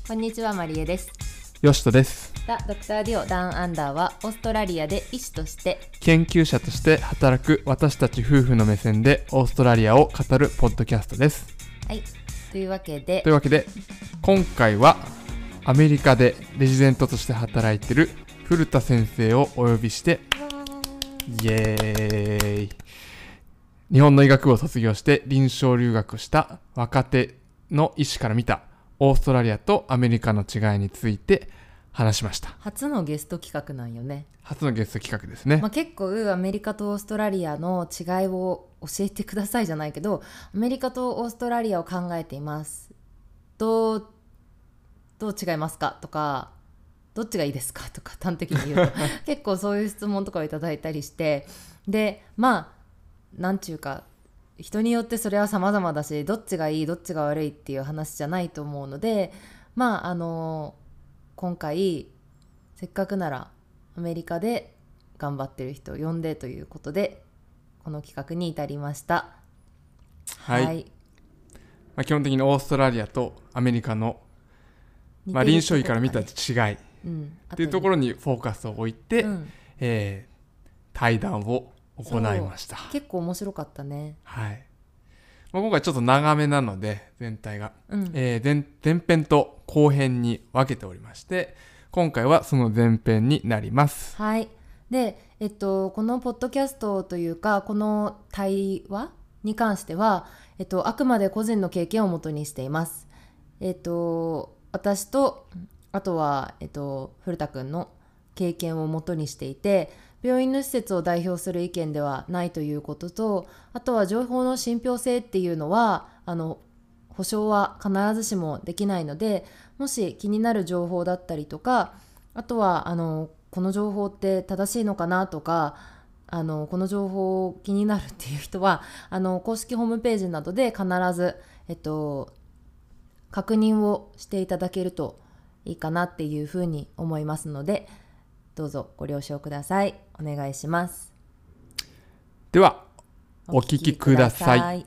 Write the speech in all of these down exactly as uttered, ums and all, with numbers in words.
こんにちは、マリエです。 よしとです。 ザ・ドクター・ディオ・ダウン・アンダーはオーストラリアで医師として研究者として働く私たち夫婦の目線でオーストラリアを語るポッドキャストです。 はい、というわけでというわけで今回はアメリカでレジデントとして働いている古田先生をお呼びしてイエーイ日本の医学部を卒業して臨床留学した若手の医師から見たオーストラリアとアメリカの違いについて話しました。 初のゲスト企画なんよね。 初のゲスト企画ですね。 まあ、結構アメリカとオーストラリアの違いを教えてくださいじゃないけど、アメリカとオーストラリアを考えています。どうどう違いますかとか、どっちがいいですかとか端的に言うと結構そういう質問とかをいただいたりして、でまあなんちゅうか人によってそれは様々だし、どっちがいいどっちが悪いっていう話じゃないと思うので、まああの今回せっかくならアメリカで頑張ってる人を呼んでということでこの企画に至りました。 はい、はい、まあ、基本的にオーストラリアとアメリカの、まあ、臨床医から見た違い、うん、っていうところにフォーカスを置いて、うん、えー、対談を行いました。 結構面白かったね。 はい、まあ、今回ちょっと長めなので全体が、うん、えー、前, 前編と後編に分けておりまして、今回はその前編になります。 はい。で、えっと、このポッドキャストというかこの対話に関しては、えっと、あくまで個人の経験をもとにしています。えっと、私とあとは、えっと、古田くんの経験をもとにしていて、病院の施設を代表する意見ではないということと、あとは情報の信憑性っていうのはあの保証は必ずしもできないので、もし気になる情報だったりとか、あとはあのこの情報って正しいのかなとか、あのこの情報気になるっていう人はあの公式ホームページなどで必ず、えっと、確認をしていただけるといいかなっていうふうに思いますので、どうぞご了承ください。お願いします。 ではお聞きください。 さい。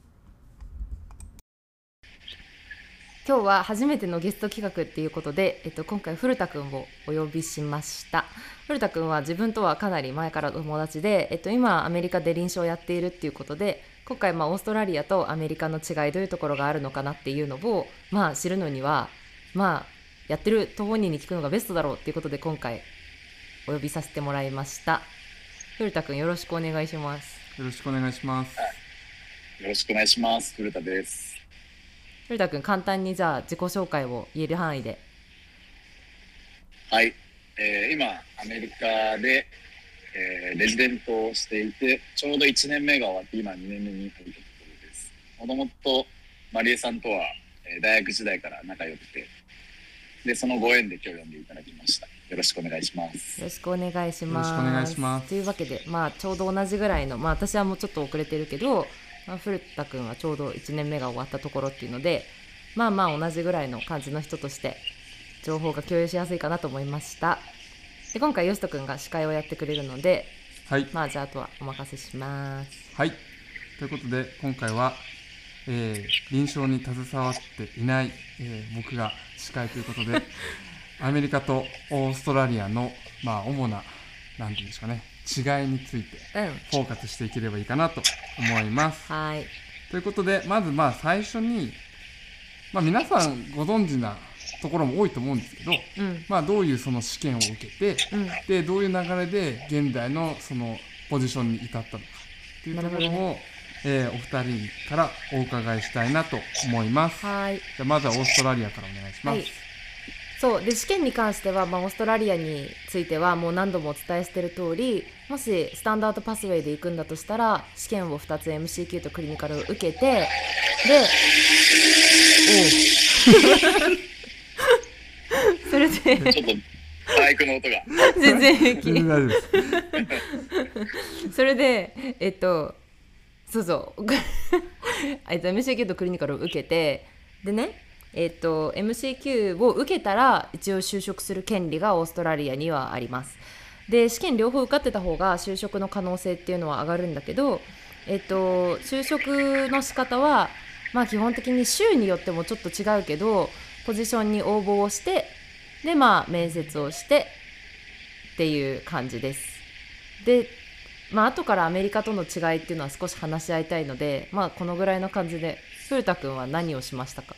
今日は初めてのゲスト企画っていうことで、えっと、今回古田くんをお呼びしました。古田くんは自分とはかなり前から友達で、えっと、今アメリカで臨床をやっているっていうことで、今回まあオーストラリアとアメリカの違い、どういうところがあるのかなっていうのを、まあ、知るのには、まあ、やってる当本人に聞くのがベストだろうっていうことで今回お呼びさせてもらいました。古田くん、よろしくお願いします。 よろしくお願いします。 よろしくお願いします。古田です。 古田くん、簡単にじゃあ自己紹介を言える範囲で。 はい、えー、今アメリカで、えー、レジデントをしていて、ちょうどいちねんめが終わって今にねんめに入ったところです。もともとマリエさんとは、えー、大学時代から仲良くて、でそのご縁で今日呼んでいただきました。よろしくお願いします。 よろしくお願いします。 よろしくお願いします。 というわけで、まあ、ちょうど同じぐらいの、まあ、私はもうちょっと遅れてるけど、まあ、古田くんはちょうどいちねんめが終わったところっていうので、まあまあ同じぐらいの感じの人として情報が共有しやすいかなと思いました。で今回よしとくんが司会をやってくれるので、はい、まあじゃああとはお任せします。 はい、ということで今回は、えー、臨床に携わっていない、えー、僕が司会ということでアメリカとオーストラリアの、まあ、主ななんていうんですかね、違いについてフォーカスしていければいいかなと思います、 うん、はい。 ということでまずまあ最初に、まあ、皆さんご存知なところも多いと思うんですけど、うん、まあ、どういうその試験を受けて、うん、でどういう流れで現代のそのポジションに至ったのかっていうところを、ね、えー、お二人からお伺いしたいなと思います。 はい。 じゃあまずはオーストラリアからお願いします。はい。 そうで試験に関しては、まあ、オーストラリアについてはもう何度もお伝えしている通り、もしスタンダードパスウェイで行くんだとしたら試験をふたつ エムシーキュー とクリニカルを受けて、でおそれでちょっとバイクの音が全然平気全然大丈夫ですそれでえっとそうそうあいつ エムシーキュー とクリニカルを受けて、でねえー、と エムシーキュー を受けたら一応就職する権利がオーストラリアにはあります。で試験両方受かってた方が就職の可能性っていうのは上がるんだけど、えー、と就職の仕方はまあ基本的に州によってもちょっと違うけど、 ポジションに応募をして、でまあ面接をしてっていう感じです。でまあ後からアメリカとの違いっていうのは少し話し合いたいので、まあこのぐらいの感じで、古田くんは何をしましたか？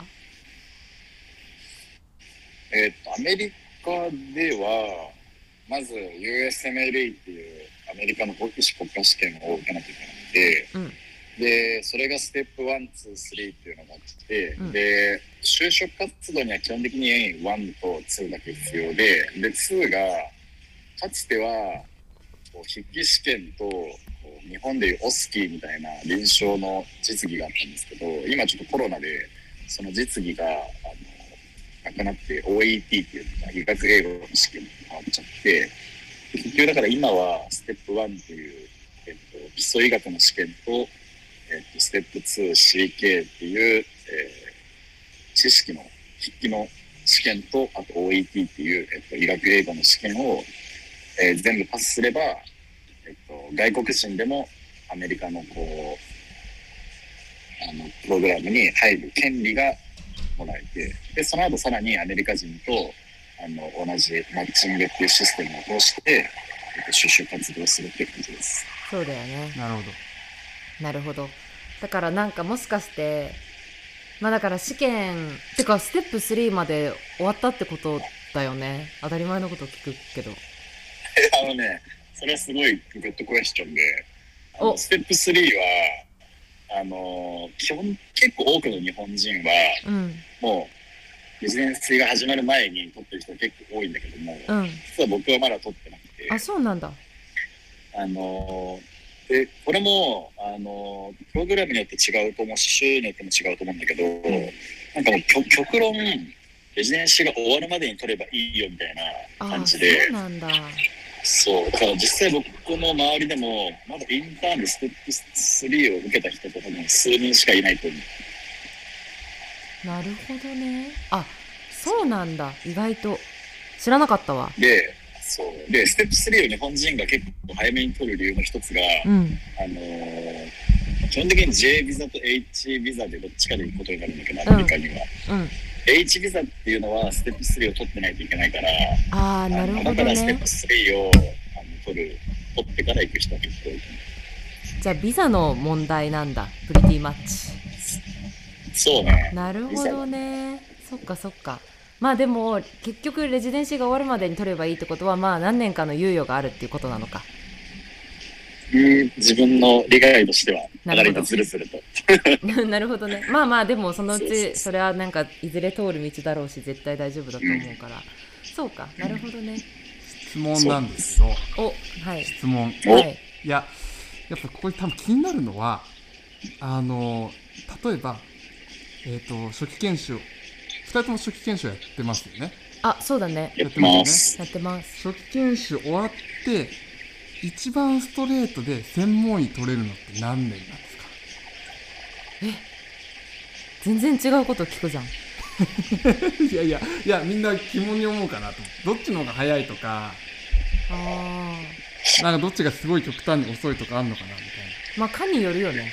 えっとアメリカではまず ユーエスエムエルイー っていうアメリカの国家国家試験を受けなきゃいけなくて、うん、でそれがステップワン、ツー、スリーっていうのがあって、うん、で就職活動には基本的にワンとツーだけ必要で、でツーがかつては筆記試験と日本でいうオスキーみたいな臨床の実技があったんですけど、今ちょっとコロナでその実技があのなくなって オーイーティー っていう医学英語の試験に変わっちゃって、結局だから今はステップワンっていう、えっと、基礎医学の試験と、えっと、ステップツー シーケー っていう、えー、知識の筆記の試験と、あと オーイーティー っていう、えっと、医学英語の試験を、えー、全部パスすれば、えっと、外国人でもアメリカのこうあのプログラムに入る権利がもらえて、でその後さらにアメリカ人とあの同じマッチングっていうシステムを通して、えっと、就職活動するっていう感じです。 そうだよね。 なるほど。 なるほど。だからなんかもしかしてまあだから試験てかステップスリーまで終わったってことだよね。当たり前のこと聞くけど。 あのね、それはすごいグッドクエスチョンで、あのステップスリーはあの基本結構多くの日本人は、うん、もうレジデンシーが始まる前に取ってる人結構多いんだけども、うん、実は僕はまだ取ってなくて。 あ、そうなんだ。 あのでこれもあのプログラムによって違うと思うし、州によっても違うと思うんだけど、うん、なんかもう極論レジデンシーが終わるまでに取ればいいよみたいな感じで。 そうなんだ。 そうだから実際僕の周りでもまだインターンでステップスリーを受けた人と多分数人しかいないと思う。なるほどね。あ、そうなんだ。意外と知らなかったわ。 で、そうでステップスリーを日本人が結構早めに取る理由の一つが、うん、あのー、基本的に J ビザと H ビザでどっちかで行くことになるんだけど、アメリカには、うんうん、H ビザっていうのはステップスリーを取ってないといけないから、 あー、なるほどね。 だからステップスリーをあの取る取ってから行く人は結構多い。 じゃあビザの問題なんだ。プリティマッチ。 そうね。 なるほどね。そっかそっか。まあでも結局レジデンシーが終わるまでに取ればいいってことは、まあ何年かの猶予があるっていうことなのか。 うん、自分の理解としては流れてずるずるとなるほどね。まあまあでもそのうちそれはなんかいずれ通る道だろうし、絶対大丈夫だと思うから、うん、そうか、なるほどね。 質問なんですけど、 お、はい、 質問、 はい、 いややっぱここに多分気になるのは、あの例えば、えーと、初期研修ふたりとも初期研修やってますよね。 あ、そうだね。 やってますよね。やってます。 初期研修終わって一番ストレートで専門医取れるのって何年なんですか？ え、全然違うこと聞くじゃんいやいやいや、みんな疑問に思うかなと。どっちの方が早いとか、 あなんかどっちがすごい極端に遅いとかあんのかなみたいな。 まあ科によるよね。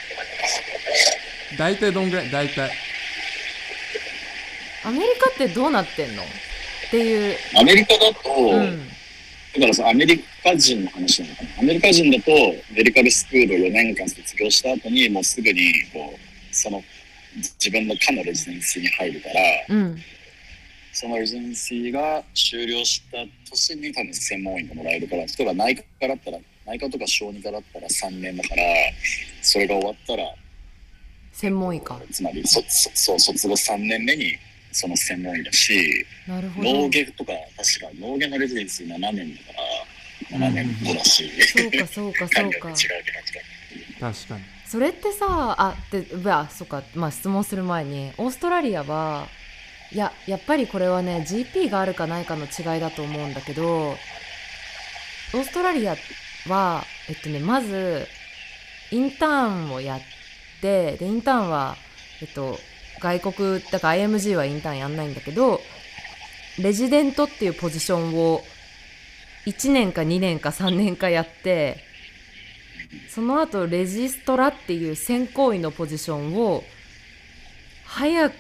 大体どんぐらい？大体アメリカってどうなってんのっていう。 アメリカだと、うん、だからさ、アメリカ人の話なのかな。アメリカ人だとメディカルスクールをよねんかん卒業した後にもうすぐにこうその自分の科のレジデンシーに入るから、うん、そのレジデンシーが終了した年に多分専門医がもらえるから、例えば内科だったら内科とか小児科だったらさんねんだから、それが終わったら専門医か。 つまりそそそう卒後さんねんめにその専門医だし、 なるほど。 脳外とか確か脳外のレジデンシーななねんだからななねんごだし、うん、 そうかそうかそうか。 確かに。 それってさあであそうか、まあ、質問する前にオーストラリアはいややっぱりこれはね ジーピー があるかないかの違いだと思うんだけど、オーストラリアはえっとねまずインターンをやって、でインターンはえっと外国だから アイエムジー はインターンやんないんだけど、レジデントっていうポジションをいちねんかにねんかさんねんかやって、その後レジストラっていう専攻医のポジションを早く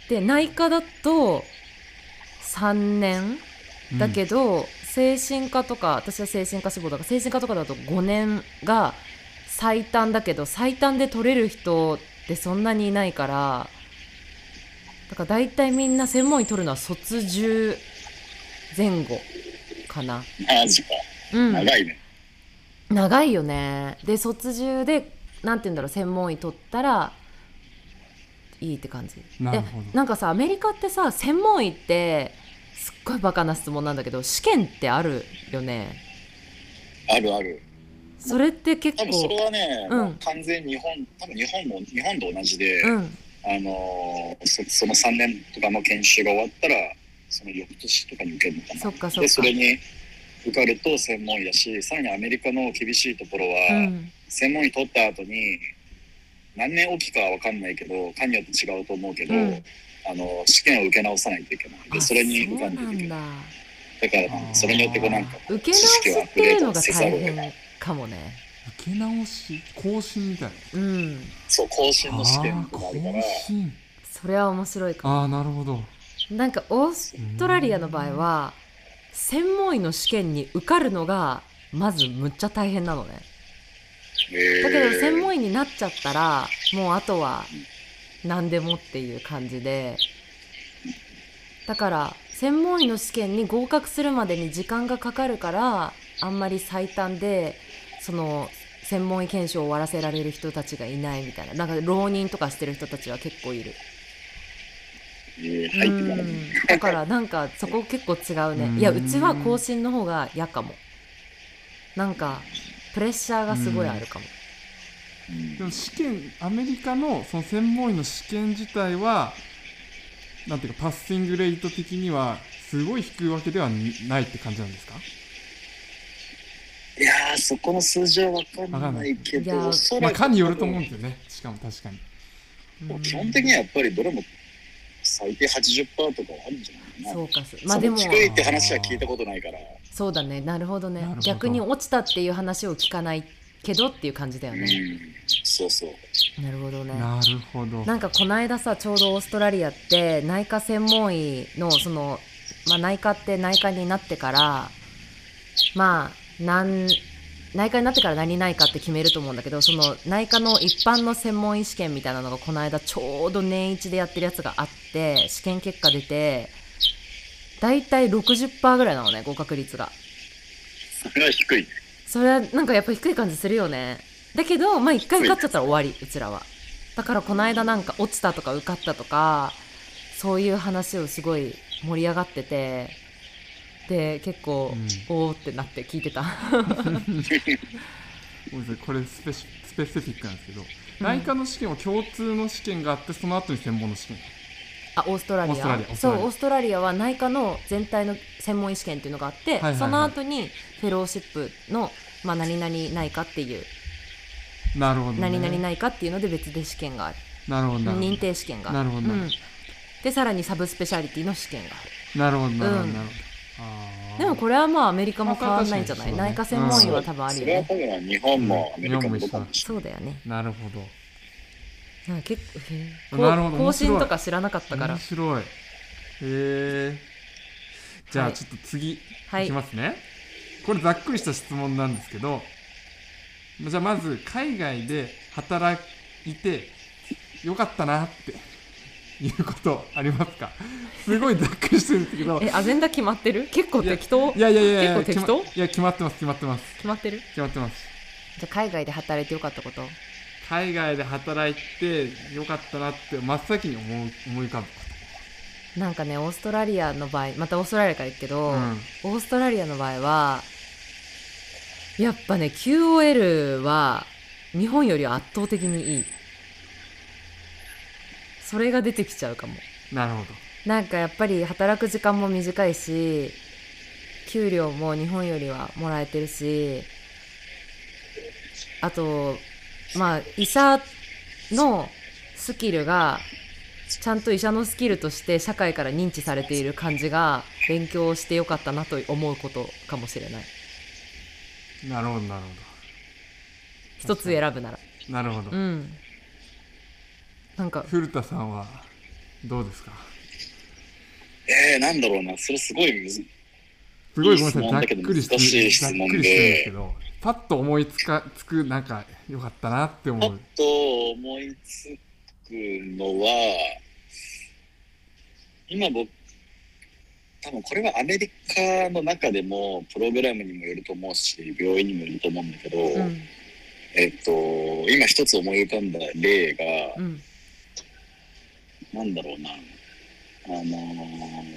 で内科だとさんねんだけど、うん、精神科とか、私は精神科志望だから精神科とかだとごねんが最短だけど、最短で取れる人ってそんなにいないから、だから大体みんな専門医取るのは卒じ前後かな。 マジか、うん、長いね。 長いよね。で卒じでなんて言うんだろう、専門医取ったらいいって感じ。 なるほど。 なんかさ、アメリカってさ、専門医ってすっごいバカな質問なんだけど、試験ってあるよね。 あるある。 それって結構多分それはね、うん、完全に日本、多分日本も日本と同じで、うん、あの そ, そのさんねんとかの研修が終わったらその翌年とかに受けるのかな。 そっかそっか。 でそれに受かると専門医だし、さらにアメリカの厳しいところは、うん、専門医取った後に何年おきかは分かんないけど、科によって違うと思うけど、うん、あの試験を受け直さないといけない。でそれに受かんないといけない。だから、それによってこうなんか受け直しっていうのが大変かもね。 受け直し、更新みたいな。 うん。 そう、更新の試験とかあるから。 それは面白いかも。 ああ、なるほど。 なんかオーストラリアの場合は専門医の試験に受かるのがまずむっちゃ大変なのね。だけど専門医になっちゃったらもうあとは何でもっていう感じで、だから専門医の試験に合格するまでに時間がかかるから、あんまり最短でその専門医研修を終わらせられる人たちがいないみたいな。なんか浪人とかしてる人たちは結構いる。 えー、入ってからね。 だからなんかそこ結構違うね。いや、うちは更新の方が嫌かも。なんかプレッシャーがすごいあるかも。 でも試験、アメリカのその専門医の試験自体はなんていうかパッシングレート的にはすごい低いわけではないって感じなんですか？ いやー、そこの数字は分かんないけど、 まあ科によると思うんですよね。しかも確かに基本的にはやっぱりどれも最低 はちじゅっパーセント とかはあるんじゃないかな。 そうか、まあでも低いって話は聞いたことないから。 そうだね、なるほどね。ほど、逆に落ちたっていう話を聞かないけどっていう感じだよね。うん、 そうそう。 なるほどね。 なるほど。 なんかこの間さ、ちょうどオーストラリアって内科専門医のその、まあ、内科って内科になってからまあなん内科になってから何内科って決めると思うんだけど、その内科の一般の専門医試験みたいなのがこの間ちょうど年一でやってるやつがあって、試験結果出てだいたい ろくじゅっパーセント ぐらいなのね、合格率が。 それは低い。 それはなんかやっぱ低い感じするよね。だけどまあ一回受かっちゃったら終わり、うちらは。だからこの間なんか落ちたとか受かったとかそういう話をすごい盛り上がってて、で結構、うん、おーってなって聞いてたこれスペシ、スペシフィックなんですけど、うん、内科の試験は共通の試験があって、その後に専門の試験。 あ、オーストラリア。オーストラリア。そう、オーストラリアは内科の全体の専門医試験っていうのがあって、はいはいはい、その後にフェローシップの、まあ、何々内科っていう、 なるほどね、 何々内科っていうので別で試験がある。 なるほど。 認定試験がある。 なるほど、うん、 でさらにサブスペシャリティの試験がある。 なるほどなるほど、うん、なるほど。 あ、でもこれはまあアメリカも変わんないんじゃない、まあね、内科専門医は多分あるよね。 それは多分日本もアメリカもどこもそうだよね。 なるほど。 なんか結構なるほど、更新とか知らなかったから。 面白い。へえ。じゃあちょっと次、はい、いきますね。これざっくりした質問なんですけど、じゃあまず海外で働いてよかったなっていうことありますか？すごいざっくりしてるんですけど。 え、アジェンダ決まってる？結構適当？ いやいやいやいや、 結構適当？ いや、決まってます決まってます。 決まってる？ 決まってます。 じゃあ海外で働いてよかったこと？ 海外で働いてよかったなって真っ先に思う思い浮かぶこと。 なんかね、オーストラリアの場合、またオーストラリアから言うけど、うん、オーストラリアの場合はやっぱね キューオーエル は日本より圧倒的にいい。それが出てきちゃうかも。 なるほど。 なんかやっぱり働く時間も短いし、給料も日本よりはもらえてるし、あとまあ医者のスキルがちゃんと医者のスキルとして社会から認知されている感じが、勉強してよかったなと思うことかもしれない。 なるほどなるほど。 一つ選ぶなら。 なるほど。 うん。なんか古田さんはどうですか？ えー、なんだろうな、それすごいむずすごいごめんなさい、 いい質問だけどざっくりし難しいざっ質問くりしてるんですけで、 ど、パッと思いつかつくなんか良かったなって思パッう。 と思いつくのは、今僕、多分これはアメリカの中でもプログラムにもよると思うし、病院にもよると思うんだけど、 うん、 えっと、今一つ思い浮かんだ例が、 うん、 なんだろうな、あのー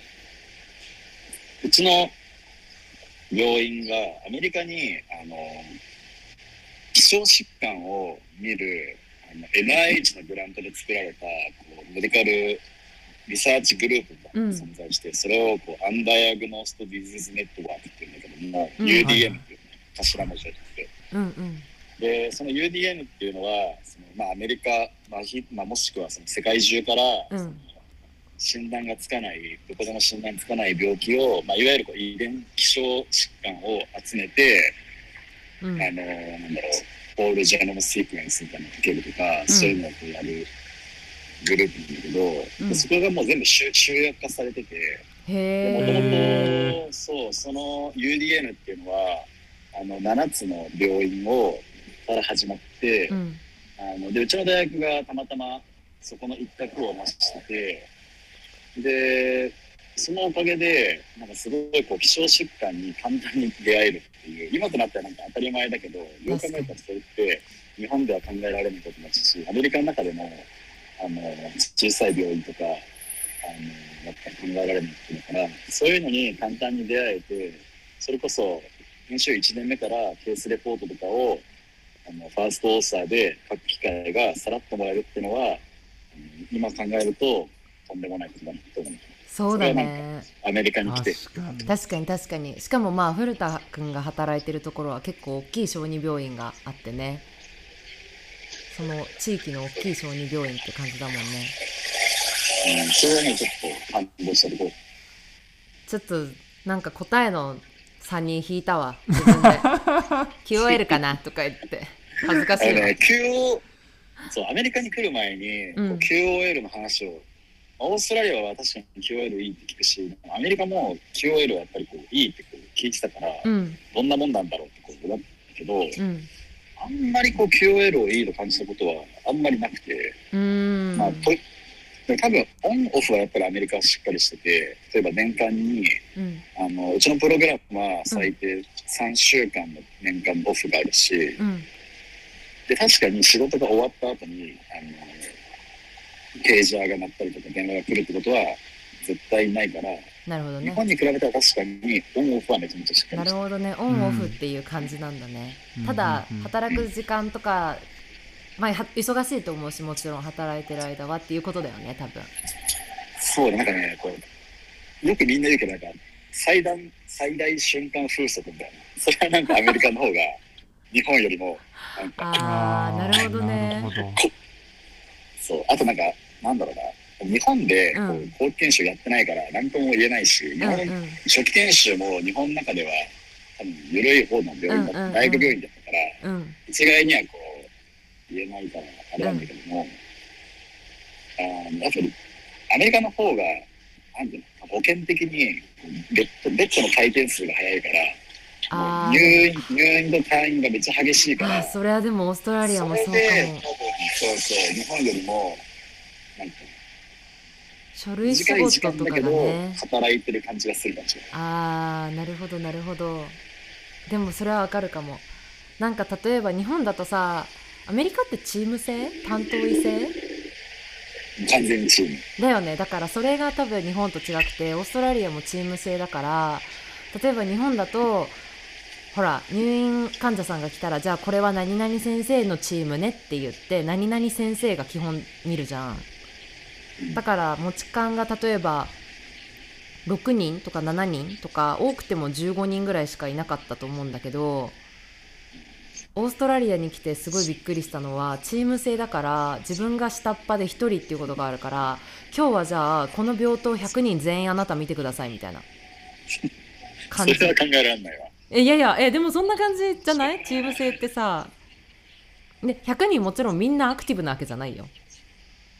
うちの病院がアメリカに、あのー希少疾患を見るあの エヌアイエイチ のグラントで作られたこうメディカルリサーチグループが存在して、うん、それをこうアンダイアグノストディジーズネットワークっていうんだけども、うん、ユーディーエム っていう、ね、頭文字を取って、うんうん、でその ユーディーエム っていうのはその、まあ、アメリカ、まあまあ、もしくはその世界中から、うん、その診断がつかないどこでも診断つかない病気を、まあ、いわゆるこう遺伝希少疾患を集めて、うん、あのなんだろうホールジェノムシークエンスみたいなのをかけるとか、うん、そういうのをこうやるグループなんだけど、うん、そこがもう全部集約化されてて、もともとそうその ユーディーエム っていうのはあのななつの病院をから始まって、うん、あのでうちの大学がたまたまそこの一角を成してて、でそのおかげでなんかすごいこう希少疾患に簡単に出会えるっていう、今となってはなんか当たり前だけど、よく考えたらそれって日本では考えられないことだし、アメリカの中でもあの小さい病院とかあのやっぱり考えられないことだから、そういうのに簡単に出会えて、それこそ研修いちねんめからケースレポートとかをあのファーストオーサーで書く機会がさらっともらえるっていうのは、今考えるととんでもないことだなと思う。 そうだね。 アメリカに来て確かに確かに確かに。しかもまあ古田くんが働いてるところは結構大きい小児病院があってね、その地域の大きい小児病院って感じだもんね。 うん、それはねちょっと感動したところ。 ちょっとなんか答えのさんにん引いたわ自分でキューオーエル かなとか言って恥ずかしいわ。 ね、キューオー そうアメリカに来る前に、うん、キューオーエル の話を、オーストラリアは確かに キューオーエル いいって聞くし、アメリカも キューオーエル はやっぱりこういいってこう聞いてたから、うん、どんなもんなんだろうってこう思ったけど、うん、あんまりこう キューオーエル をいいと感じたことはあんまりなくて、うーん、まあ、と多分オンオフはやっぱりアメリカはしっかりしてて、例えば年間に、うん、あのうちのプログラムは最低さんしゅうかんの年間のオフがあるし、うん、で確かに仕事が終わった後にあのページャーが鳴ったりとか電話が来るってことは絶対ないから、 なるほどね、 日本に比べたら確かにオンオフはめちゃめちゃしっかりしてる。 なるほどね、オンオフっていう感じなんだね、うん、ただ働く時間とか、まあ、忙しいと思うし、もちろん働いてる間はっていうことだよね、多分。 そうだ、なんかね、これよくみんな言うけど、なんか最大最大瞬間風速みたいな、それはなんかアメリカの方が日本よりもなんかああ、なるほどね。 そう、あとなんかなんだろうな、日本でこう、うん、後期研修やってないから何とも言えないし、日本、うんうん、初期研修も日本の中では多分緩い方の病院だった、うんうんうん、大学病院だったから、うん、一概にはこう言えないからあれなんだけども、うん、あやっぱりアメリカの方がなんていうの、保険的にベッド、ベッドの回転数が速いから、あ入院入院の退院がめっちゃ激しいから。 あ、それはでもオーストラリアもそうかも。 そうそう、日本よりもなんか書類仕事とかがね、 働いてる感じがするかもしれない。 ああ、なるほどなるほど。でもそれはわかるかも。なんか例えば日本だとさ、アメリカってチーム制、担当医制完全にチームだよね。だからそれが多分日本と違くて、オーストラリアもチーム制だから、例えば日本だとほら入院患者さんが来たら、じゃあこれは何々先生のチームねって言って何々先生が基本見るじゃん。だから持ち勘が例えばろくにんとかしちにんとか、多くてもじゅうごにんぐらいしかいなかったと思うんだけど、オーストラリアに来てすごいびっくりしたのは、チーム制だから自分が下っ端でひとりっていうことがあるから、今日はじゃあこの病棟ひゃくにん全員あなた見てくださいみたいな感じ。 それは考えられないわ。 えいやいやえでもそんな感じじゃない？チーム制ってさ。でひゃくにんもちろんみんなアクティブなわけじゃないよ。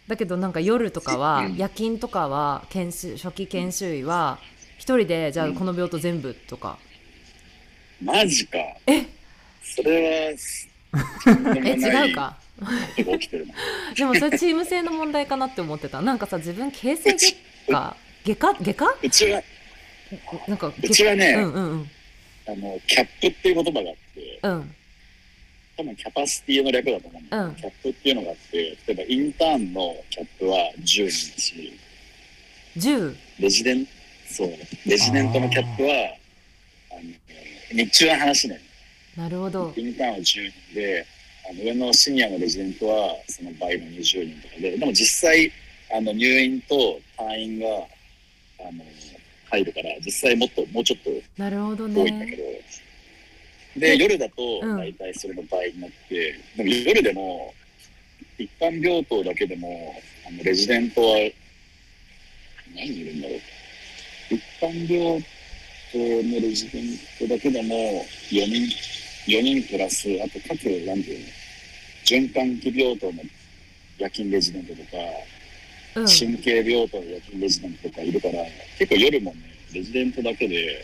だけどなんか夜とかは、 うん夜勤とかは研修初期研修医は一人でじゃあこの病棟全部とか、 マジか。 えそれは、とんでもえない違うかことが起きてるな。 でもそれチーム性の問題かなって思ってた。なんかさ自分形成外科外科外科うちは、 なんかうちはね、 うんうんうんあの、キャップっていう言葉があって、 うん多分キャパシティの略だと思うんだけど、 うんキャップっていうのがあって、例えばインターンのキャップはじゅうにんだし、 じゅうレジデンそうレジデントのキャップはあの日中の話ね。 なるほど。 インターンはじゅうにんで、あの上のシニアのレジデントはその倍のにじゅうにんとかで、でも実際あの入院と退院があの入るから、実際もっともうちょっとなるほど多いんだけね。 ど、で夜だとうん大体それの倍になって、でも夜でも一般病棟だけでもあのレジデントは何人いるんだろう。一般病棟のレジデントだけでもよにん、よにんプラス、あと各、なんていうの、循環器病棟の夜勤レジデントとか、 うん神経病棟の夜勤レジデントとかいるから、結構夜もね、レジデントだけで、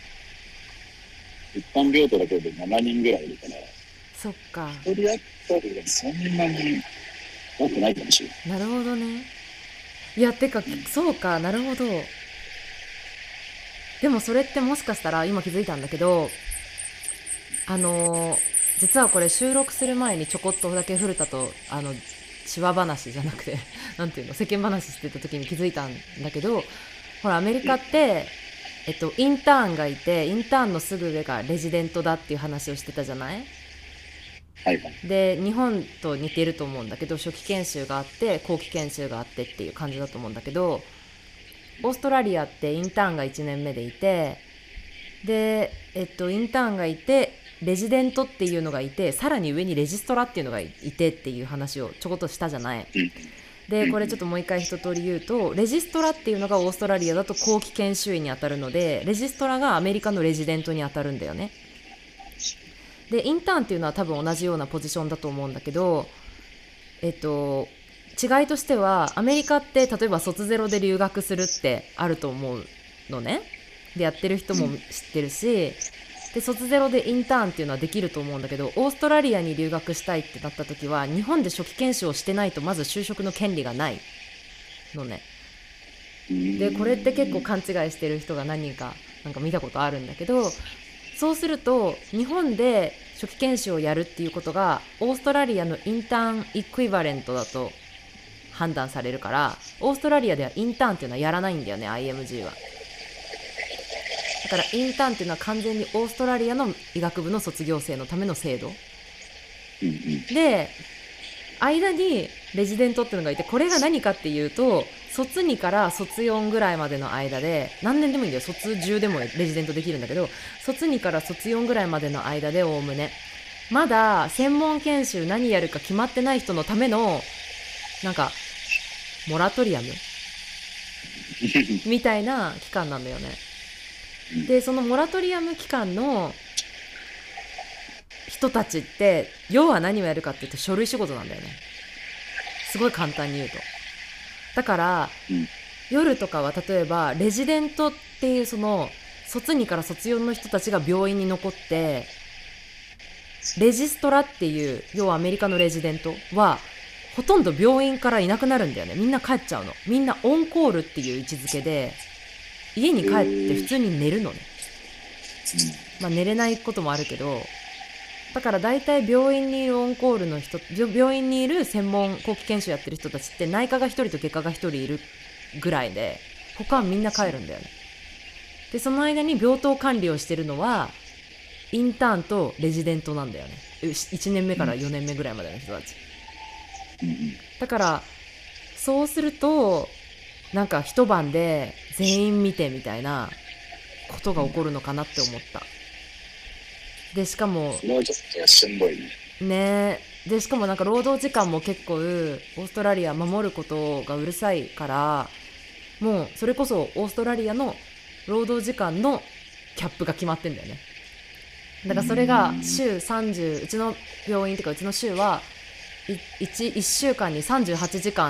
一般病棟だけでしちにんぐらいいるから、 そっか。 一人当たりがそんなに多くないかもしれない。 なるほどね。いやてかそうか、なるほど。でもそれってもしかしたら今気づいたんだけど、あのー実はこれ収録する前にちょこっとだけ古田とあの千話話じゃなくてなんていうの世間話してた時に気づいたんだけど、ほらアメリカって、えっと、インターンがいて、インターンのすぐ上がレジデントだっていう話をしてたじゃない。 はいはい。 で日本と似てると思うんだけど、初期研修があって後期研修があってっていう感じだと思うんだけど、オーストラリアってインターンがいちねんめでいて、で、えっと、インターンがいてレジデントっていうのがいて、さらに上にレジストラっていうのがいてっていう話をちょこっとしたじゃない。 うんでこれちょっともう一回一通り言うと、レジストラっていうのがオーストラリアだと後期研修医に当たるので、レジストラがアメリカのレジデントに当たるんだよね。でインターンっていうのは多分同じようなポジションだと思うんだけど、えっと違いとしてはアメリカって例えば卒ゼロで留学するってあると思うのね。でやってる人も知ってるし、で卒ゼロでインターンっていうのはできると思うんだけど、オーストラリアに留学したいってなった時は日本で初期研修をしてないとまず就職の権利がないのね。でこれって結構勘違いしてる人が何人かなんか見たことあるんだけど、そうすると日本で初期研修をやるっていうことがオーストラリアのインターンイクイバレントだと判断されるから、オーストラリアではインターンっていうのはやらないんだよね、 アイエムジー は。だからインターンっていうのは完全にオーストラリアの医学部の卒業生のための制度うんうんで、間にレジデントっていうのがいて、これが何かっていうと、卒にから卒よんぐらいまでの間で、何年でもいいんだよ、卒じゅうでもレジデントできるんだけど、卒にから卒よんぐらいまでの間でおおむねまだ専門研修何やるか決まってない人のためのなんかモラトリアムみたいな期間なんだよね。でそのモラトリアム期間の人たちって要は何をやるかっていうと書類仕事なんだよね、すごい簡単に言うと。だから、 うん、 夜とかは例えばレジデントっていうその卒にから卒よんの人たちが病院に残って、レジストラっていう要はアメリカのレジデントはほとんど病院からいなくなるんだよね。みんな帰っちゃうの。みんなオンコールっていう位置づけで家に帰って普通に寝るのね。まあ寝れないこともあるけど、だから大体病院にいるオンコールの人、病院にいる専門後期研修やってる人たちって内科がひとりと外科がひとりいるぐらいで、他はみんな帰るんだよね。でその間に病棟管理をしてるのはインターンとレジデントなんだよね。いちねんめからよねんめぐらいまでの人たちだから、そうするとなんか一晩で全員見てみたいなことが起こるのかなって思った。でしかもそれはちょっとしんどいね。 ねでしかもなんか労働時間も結構オーストラリア守ることがうるさいから、もうそれこそオーストラリアの労働時間のキャップが決まってんだよね。だからそれが週さんじゅう、うちの病院っていうかうちの州は 1, 1週間にさんじゅうはちじかん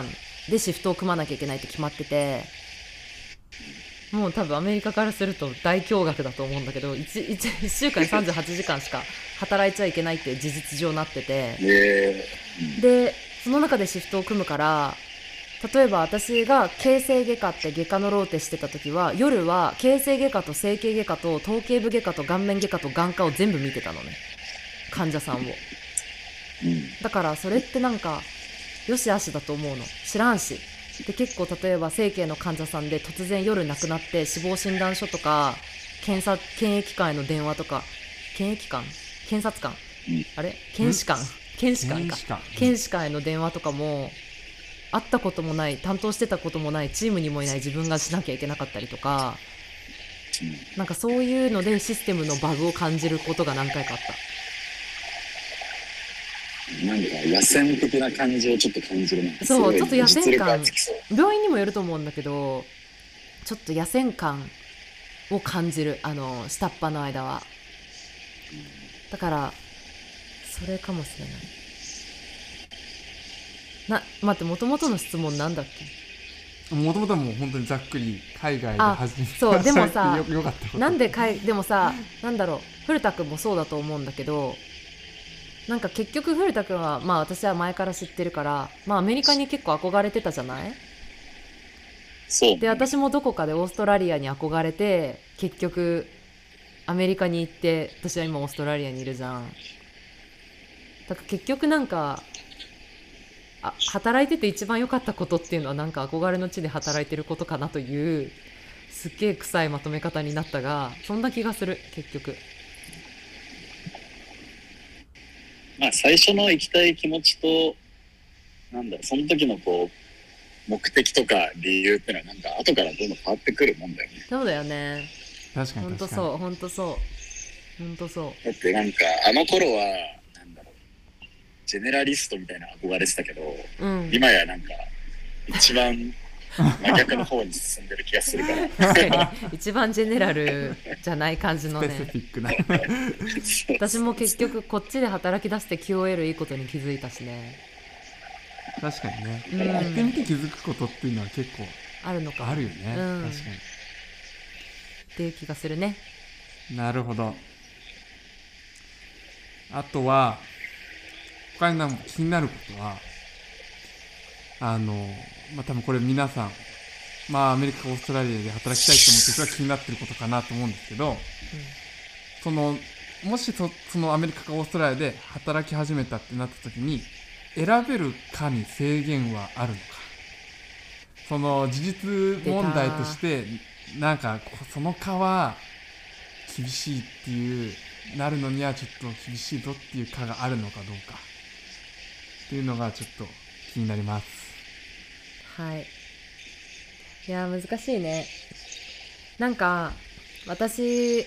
でシフトを組まなきゃいけないって決まってて、もう多分アメリカからすると大驚愕だと思うんだけど 1, 1, いっしゅうかんにさんじゅうはちじかんしか働いちゃいけないっていう事実上なってて、 えでその中でシフトを組むから、例えば私が形成外科って外科のローテしてた時は、夜は形成外科と整形外科と頭頸部外科と顔面外科と眼科を全部見てたのね、患者さんを。 ーうんだからそれってなんかよしあしだと思うの、知らんし。で結構例えば整形の患者さんで突然夜亡くなって死亡診断書とか検査検疫官への電話とか、検疫官検察官うんあれ検視官検視官か検視官検視官への電話とかも会ったこともない、担当してたこともない、チームにもいない自分がしなきゃいけなかったりとか、なんかそういうのでシステムのバグを感じることが何回かあった。 なんか野戦的な感じをちょっと感じるな。 そうすごいちょっと野戦感実力がつきそう。 病院にもよると思うんだけど、ちょっと野戦感を感じる、あの下っ端の間は。だからそれかもしれない。な待って、もともとの質問なんだっけ。 もともともう本当にざっくり海外で始めそうでもさよよかったことなんでかいでもさ、なんだろう、古田君もそうだと思うんだけど、なんか結局古田君はまあ私は前から知ってるから、まあアメリカに結構憧れてたじゃない。 そうで私もどこかでオーストラリアに憧れて結局アメリカに行って、私は今オーストラリアにいるじゃん。だから結局なんかあ働いてて一番良かったことっていうのはなんか憧れの地で働いてることかなというすっげえ臭いまとめ方になったが、そんな気がする結局。 まあ最初の行きたい気持ちと、なんだろう、その時のこう目的とか理由ってのはなんか後からどんどん変わってくるもんだよね。 そうだよね。 確かにほんと確かにそうほんとそうほんとそだってなんかあの頃はなんだろう、ジェネラリストみたいな憧れてたけど、 う。うん。 今やなんか一番真逆の方に進んでる気がするから確かに一番ジェネラルじゃない感じのスペシね。 フィックな私も結局こっちで働き出して キューオーエル いいことに気づいたしね。 確かにね、 うんやってみて気づくことっていうのは結構あるのかあるよね、 うん、 確かっていう気がするね。 に。なるほど。あとは他になんか気になることは、あのまあ多分これ皆さん、まあアメリカかオーストラリアで働きたいと思ってる人は気になってることかなと思うんですけど、そのもし そ, そのアメリカかオーストラリアで働き始めたってなった時に選べるかに制限はあるのか。その事実問題としてなんかその科は厳しいっていうなるのにはちょっと厳しいぞっていう科があるのかどうかっていうのがちょっと気になります。 はい。いや難しいね。なんか私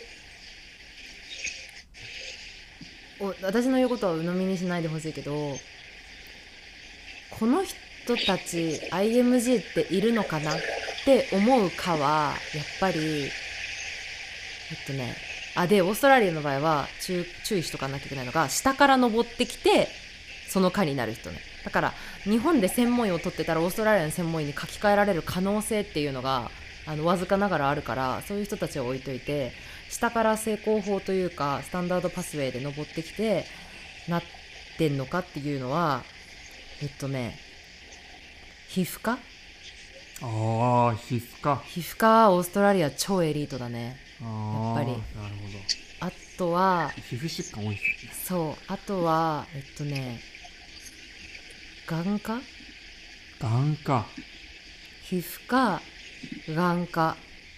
お私の言うことは鵜呑みにしないでほしいけど、この人たち アイエムジー っているのかなって思うかはやっぱりえっとねあでオーストラリアの場合は 注, 注意しとかなきゃいけないのが、下から登ってきてその科になる人ね。だから日本で専門医を取ってたらオーストラリアの専門医に書き換えられる可能性っていうのがあのわずかながらあるから、そういう人たちを置いといて、下から成功法というかスタンダードパスウェイで登ってきてなってんのかっていうのは、えっとね皮膚科ああ、皮膚科。 皮膚科はオーストラリア超エリートだね。 あやっぱりなるほあとはど。皮膚疾患多いですよね。 そうあとはえっとね眼科眼科。 皮膚科眼科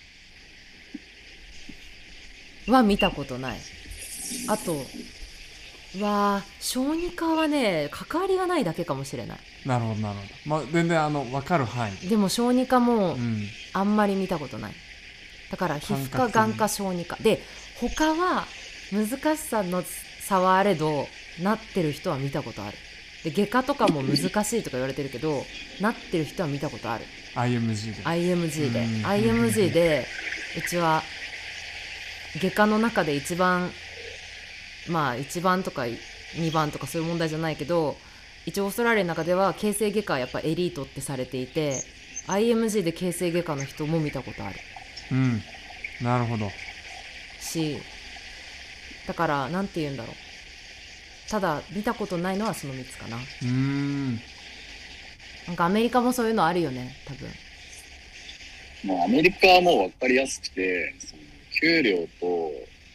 は見たことない。あとは小児科はね関わりがないだけかもしれない。 なるほどなるほど。まあ全然あの分かる範囲。 でも小児科もうん。 あんまり見たことない。だから皮膚科感覚的に眼科小児科で、他は難しさの差はあれどなってる人は見たことある。で外科とかも難しいとか言われてるけどなってる人は見たことある。 アイエムジー で。 アイエムジー でうんアイエムジー でうちは外科の中で一番まあいちばんとかにばんとかそういう問題じゃないけど一応オーストラリアの中では形成外科はやっぱエリートってされていて アイエムジー で形成外科の人も見たことあるうんなるほどし、だからなんて言うんだろう、ただ見たことないのはそのみっつかな。 うーんなんかアメリカもそういうのあるよね多分。 もうアメリカはもう分かりやすくて、その給料と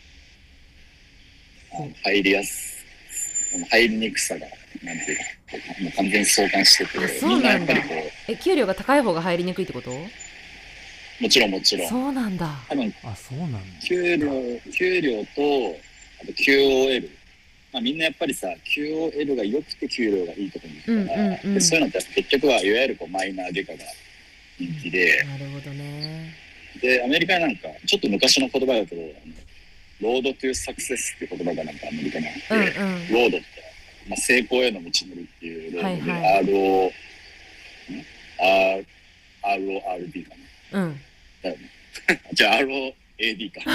あの入りやすあの入りにくさがなんていうかもう完全に相関してて、 あそうみんななんだやっぱりこえ給料が高い方が入りにくいってこと？ うもちろんもちろんそうなんだ。 多分あそうなんだ給料給料とあと キューオーエル、まあ、みんなやっぱりさ キューオーエル が良くて給料がいいところに行くから、 うんうんうん、 でそういうのって結局はいわゆるこうマイナー外科が人気で、 なるほどね。 でアメリカなんかちょっと昔の言葉だけどロードトゥーサクセスって言葉がなんかアメリカにあって、 うんうん、 ロードって、まあ、成功への道のりっていうロードで、 はいはい、 アールオー Rアールオーアールディー かな、 うんだよねじゃあ アールオーエーディー か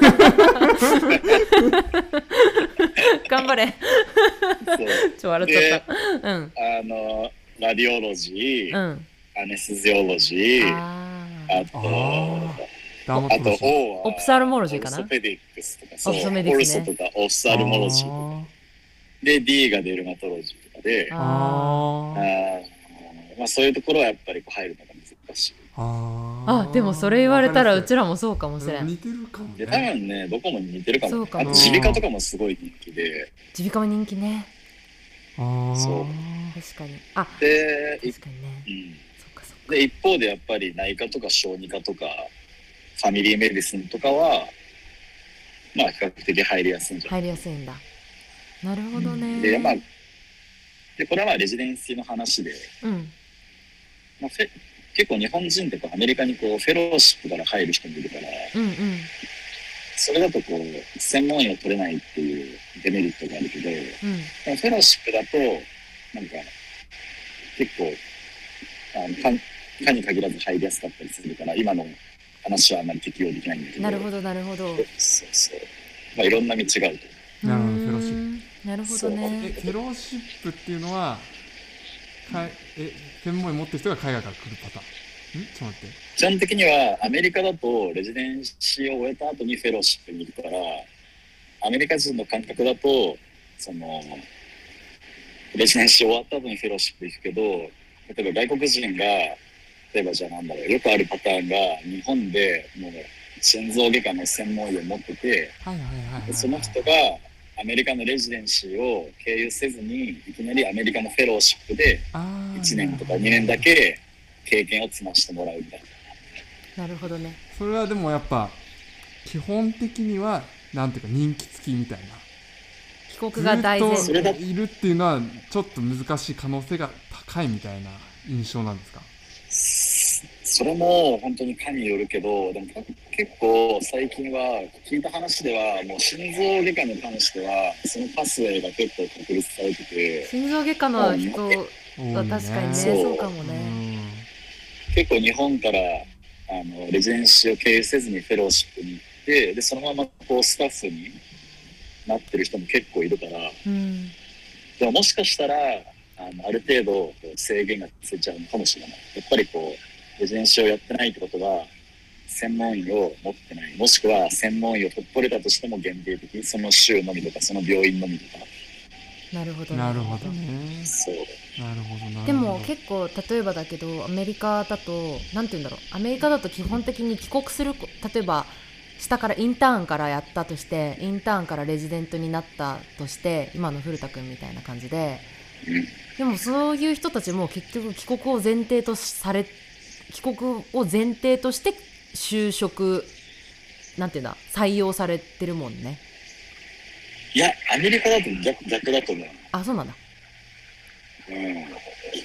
頑張れそうちょ笑っちゃったうんあのラディオロジー、 うん、 アネスジオロジー、 ああとあダーマあとトロジー O はオプサルモロジーかな、 オルソペディックスとか、そうオプソメディクスねオルソとかオフサルモロジーとかで D がデルマトロジーとかで、あああーまあ、そういうところはやっぱりこう入るのが難しい。 ああでもそれ言われたらうちららもそうかもしれん。 似てるかもで多ね分ねどこも似てるかも。 そうかもあと耳鼻科とかもすごい人気で、 耳鼻科も人気ね。 ああそう確かに。あで、い確かにね。 うん、 そっかそっか。 で一方でやっぱり内科とか小児科とかファミリーメディスンとかはまあ比較的入りやすいんじゃない。 入りやすいんだ。なるほどね。 でまあでこれはまあレジデンシーの話で、 うんまあ、フェ結構日本人ってこうアメリカにこうフェローシップから入る人もいるから、 うんうんそれだとこう専門医を取れないっていうデメリットがあるけど、 うんでもフェローシップだとなんか結構あの科科に限らず入りやすかったりするから、今の話はあんまり適用できないんだけど。 なるほどなるほど。 そうそう。まあいろんな道があると。 なるほどうーんフェローシッなるほどえね。 フェローシップっていうのはかえ専門医持ってる人が海外から来るパターンんちょっと待って基本的にはアメリカだとレジデンシーを終えた後にフェローシップに行くから、アメリカ人の感覚だとそのレジデンシー終わった後にフェローシップ行くけど、例えば外国人が例えばじゃあなんだろうよくあるパターンが日本でもう心臓外科の専門医を持ってて、 はいはいはいはいその人がアメリカのレジデンシーを経由せずにいきなりアメリカのフェローシップであいちねんとかにねんだけ経験を積ましてもらうみたいな。 なるほどね。 それはでもやっぱ基本的にはなんていうか人気付きみたいな帰国が大前ずっと提。 いるっていうのはちょっと難しい可能性が高いみたいな印象なんですか？ それも本当に科によるけど、でも結構最近は聞いた話ではもう心臓外科に関してはそのパスウェイが結構確立されてて、 心臓外科の人は確かにね、 そうそうかもね。 結構日本からあのレジデンシーを経由せずにフェローシップに行ってでそのままこうスタッフになってる人も結構いるから、 うん、 でももしかしたらあのある程度こう制限がついちゃうのかもしれない。やっぱりこうレジデンシーをやってないってことは専門医を持ってない、もしくは専門医を取れたとしても限定的、その州のみとかその病院のみとか。 なるほどね。 なるほどね。 そうなるほどなるほど。 でも結構例えばだけどアメリカだとなんて言うんだろう、アメリカだと基本的に帰国する、例えば下からインターンからやったとしてインターンからレジデントになったとして今の古田くんみたいな感じで、でもそういう人たちも結局帰国を前提とされ帰国を前提として就職なんていうんだ採用されてるもんね。 いやアメリカだと逆逆だと思う。 あ、そうなんだ。 うん、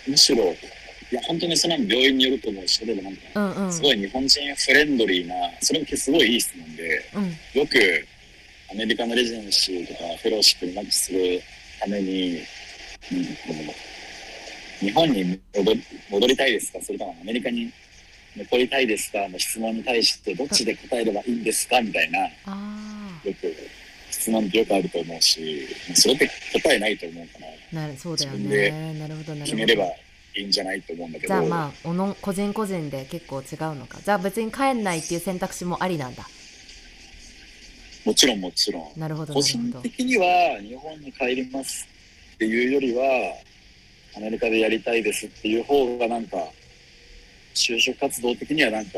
むしろいや本当にその病院によると思うし、例えばなんか、 うんうん、 すごい日本人フレンドリーな、それもすごいいい質問で、 うん、 よくアメリカのレジデンシーとかフェローシップにマッチするために、うん、日本に戻り、戻りたいですか、それともアメリカに残りたいですかの質問に対してどっちで答えればいいんですかみたいな、 あよく質問ってよくあると思うし、それって答えないと思うかなるそうだよ自分でね。なるほどなるほど。 決めればいいんじゃないと思うんだけど、 じゃあまあおの個人個人で結構違うのか。じゃあ別に帰んないっていう選択肢もありなんだ。 もちろんもちろんなるほど個なるほど。 人的には日本に帰りますっていうよりはアメリカでやりたいですっていう方がなんか就職活動的にはなんか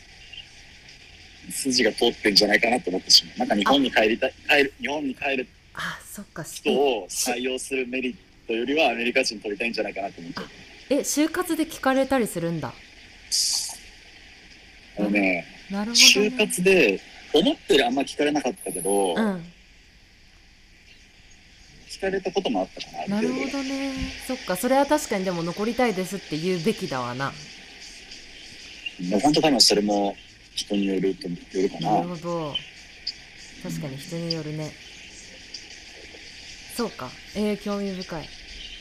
筋が通ってんじゃないかなと思ってしまう。なんか日本に帰りたい帰る日本に帰るあ、そっか。 人を採用するメリットよりはアメリカ人取りたいんじゃないかなと思っちゃう。 え、就活で聞かれたりするんだ。 あのね、 なるほど、ね。 就活で思ってるあんま聞かれなかったけど、 うん。 聞かれたこともあったかな。 なるほどね。そっか。それは確かにでも残りたいですって言うべきだわな。 もう本当多分それも人によるとよるかな。 なるほど。確かに人によるね。そうか。えー、興味深い。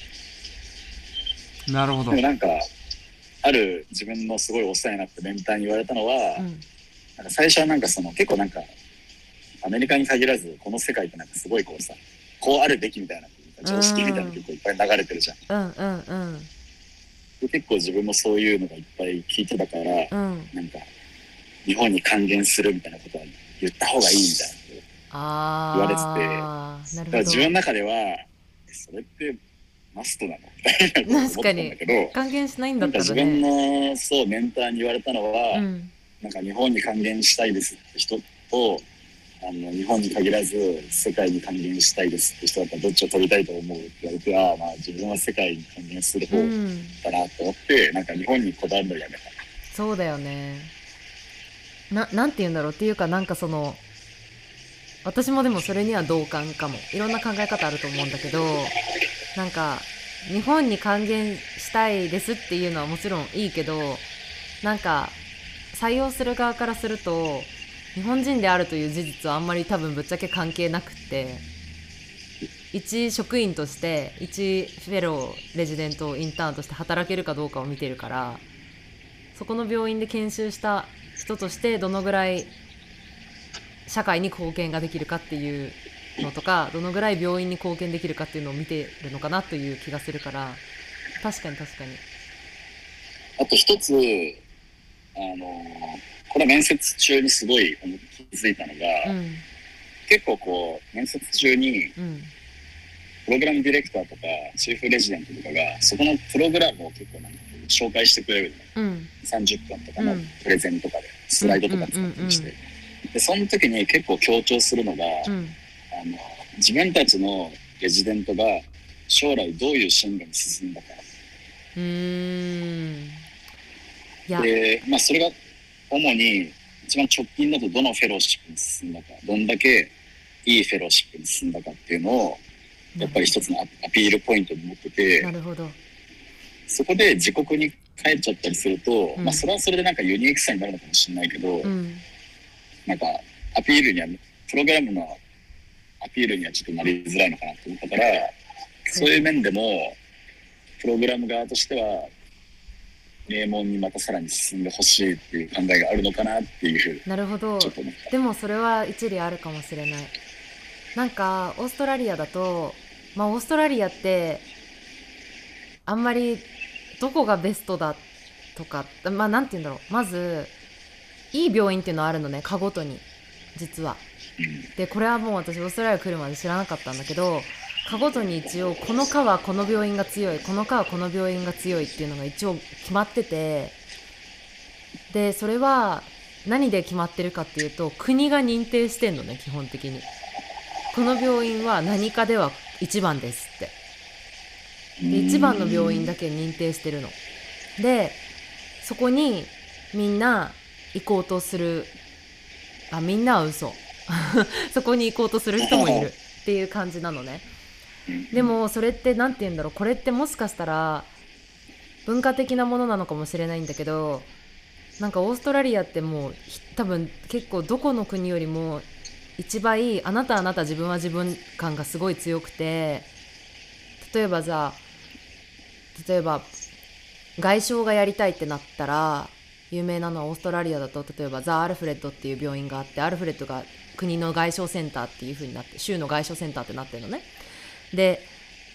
なるほどでもなんかある自分のすごいお世話になったメンターに言われたのは、 うん、 なんか最初はなんかその結構なんかアメリカに限らずこの世界ってなんかすごいこうさこうあるべきみたいな常識みたいなの結構いっぱい流れてるじゃん。 うんうんうんで結構自分もそういうのがいっぱい聞いてたから、 うんなんか日本に還元するみたいなことは言った方がいいみたいなことあ言われてて、 なるほど。 だから自分の中ではえそれってマストなのみたいなこと思ったんだけど、 還元しないんだなんったから自分ね。 のそうメンターに言われたのは、 うんなんか日本に還元したいですって人とあの日本に限らず世界に還元したいですって人だったらどっちを取りたいと思うって言われては、まあ、自分は世界に還元する方うんだなと思って、なんか日本にこだわるのやめた。 そうだよね。な、なんて言うんだろうっていうか、なんかその私もでもそれには同感かも。いろんな考え方あると思うんだけど、なんか日本に還元したいですっていうのはもちろんいいけど、なんか採用する側からすると日本人であるという事実はあんまり多分ぶっちゃけ関係なくって、一職員として一フェローレジデントインターンとして働けるかどうかを見てるから、そこの病院で研修した人としてどのぐらい社会に貢献ができるかっていうのとか、どのぐらい病院に貢献できるかっていうのを見てるのかなという気がするから、確かに確かに。 あと一つあのこれ面接中にすごい気づいたのが、 うん、 結構こう面接中にうんプログラムディレクターとかチーフレジデントとかがそこのプログラムを結構なんか紹介してくれるの、 うん、 さんじゅっぷんとかのプレゼンとかでスライドとか使ったりして、でその時に結構強調するのが、 うん、 あの自分たちのレジデントが将来どういう進路に進んだか、 うーん、いや、 で、まあ、それが主に一番直近だとどのフェローシップに進んだか、どんだけいいフェローシップに進んだかっていうのをやっぱり一つのアピールポイントに持ってて、 なるほど。 そこで自国に帰っちゃったりすると、 うん、 まあそれはそれでなんかユニークさになるのかもしれないけど、 うん、 なんかアピールにはプログラムのアピールにはちょっとなりづらいのかなと思ったから、そういう面でもプログラム側としては名門にまたさらに進んでほしいっていう考えがあるのかなっていうふうになるほど。 ちょっと思った。 でもそれは一理あるかもしれない。なんかオーストラリアだと、まあオーストラリアってあんまりどこがベストだとか、まあなんて言うんだろう、まずいい病院っていうのはあるのね、科ごとに実は。でこれはもう私オーストラリア来るまで知らなかったんだけど、科ごとに一応この科はこの病院が強い、この科はこの病院が強いっていうのが一応決まってて、でそれは何で決まってるかっていうと、国が認定してんのね、基本的に。この病院は何かではいちばんですって。でいちばんの病院だけ認定してるので、そこにみんな行こうとする、あ、みんなは嘘そこに行こうとする人もいるっていう感じなのね。でもそれってなんて言うんだろう、これってもしかしたら文化的なものなのかもしれないんだけど、なんかオーストラリアってもう多分結構どこの国よりも一倍あなたあなた自分は自分感がすごい強くて、例えばじゃあ例えば外相がやりたいってなったら、有名なのはオーストラリアだと例えばザ・アルフレッドっていう病院があって、アルフレッドが国の外相センターっていう風になって、州の外相センターってなってるのね。で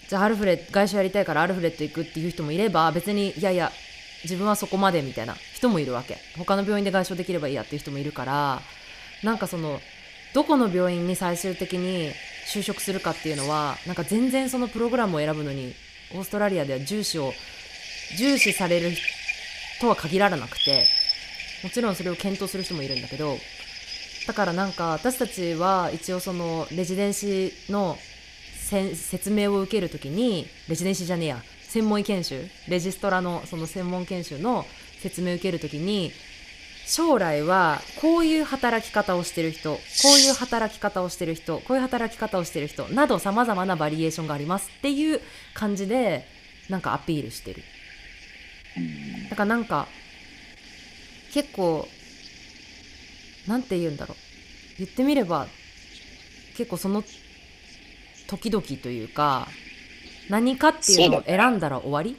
じゃあアルフレッド外車やりたいからアルフレッド行くっていう人もいれば、別にいやいや自分はそこまでみたいな人もいるわけ。他の病院で外傷できればいいやっていう人もいるから、なんかそのどこの病院に最終的に就職するかっていうのは、なんか全然そのプログラムを選ぶのにオーストラリアでは重視を重視されるとは限らなくて、もちろんそれを検討する人もいるんだけど、だからなんか私たちは一応そのレジデンシの説明を受けるときに、レジデンシじゃねえや専門医研修、レジストラのその専門研修の説明を受けるときに、将来はこういう働き方をしてる人、こういう働き方をしてる人、こういう働き方をしてる人など様々なバリエーションがありますっていう感じでなんかアピールしてる。だからなんか結構なんて言うんだろう、言ってみれば結構その時々というか、何かっていうのを選んだら終わり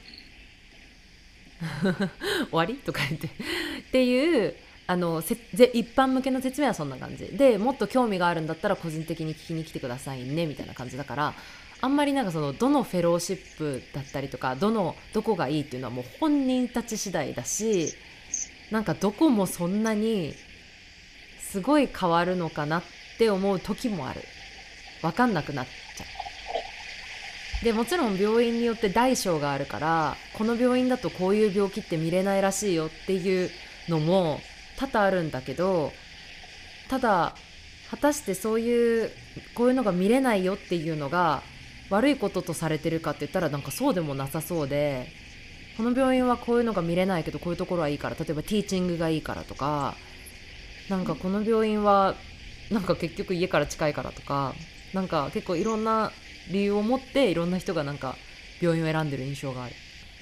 終わりとか言ってっていうあのせ一般向けの説明はそんな感じで、もっと興味があるんだったら個人的に聞きに来てくださいねみたいな感じだから、あんまりなんかそのどのフェローシップだったりとかどのどこがいいっていうのはもう本人たち次第だし、なんかどこもそんなにすごい変わるのかなって思う時もある。分かんなくなっちゃう。でもちろん病院によって大小があるから、この病院だとこういう病気って見れないらしいよっていうのも多々あるんだけど、ただ果たしてそういうこういうのが見れないよっていうのが悪いこととされてるかって言ったらなんかそうでもなさそうで、この病院はこういうのが見れないけどこういうところはいいから、例えばティーチングがいいからとか、なんかこの病院はなんか結局家から近いからとか、なんか結構いろんな理由を持っていろんな人がなんか病院を選んでる印象がある。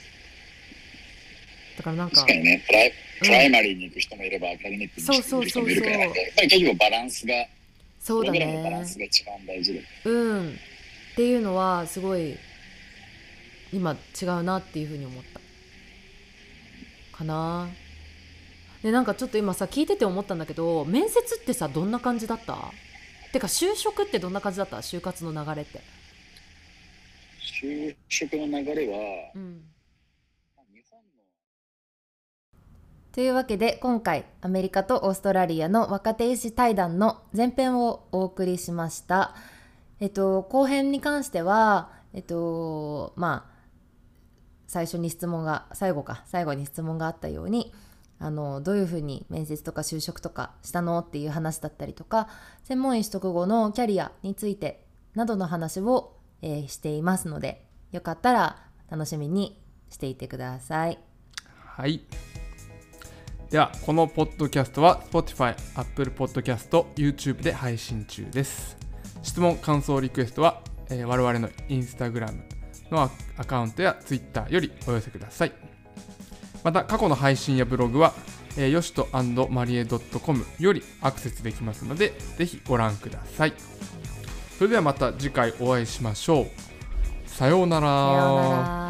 だからなんか確かにね、プライ、プライマリーに行く人もいれば、うん、アカデミックに行く人もいるから、やっぱり結構バランスが、 そうだね、 プログラムのバランスが一番大事だ。 うんっていうのはすごい今違うなっていうふうに思ったかな。でなんかちょっと今さ聞いてて思ったんだけど、面接ってさどんな感じだった？てか就職ってどんな感じだった？就活の流れって。 就職の流れは、うん、日本のというわけで今回アメリカとオーストラリアの若手医師対談の前編をお送りしました。えっと後編に関してはえっとまあ最初に質問が最後か最後に質問があったように、あのどういうふうに面接とか就職とかしたのっていう話だったりとか、専門医取得後のキャリアについてなどの話を、えー、していますので、よかったら楽しみにしていてください。 はい。ではこのポッドキャストは Spotify、Apple Podcast、YouTube で配信中です。質問感想リクエストは、えー、我々の Instagram のアカウントや Twitter よりお寄せください。また過去の配信やブログは、えー、よしとまりえ .com よりアクセスできますので、ぜひご覧ください。それではまた次回お会いしましょう。さようなら。 さようなら。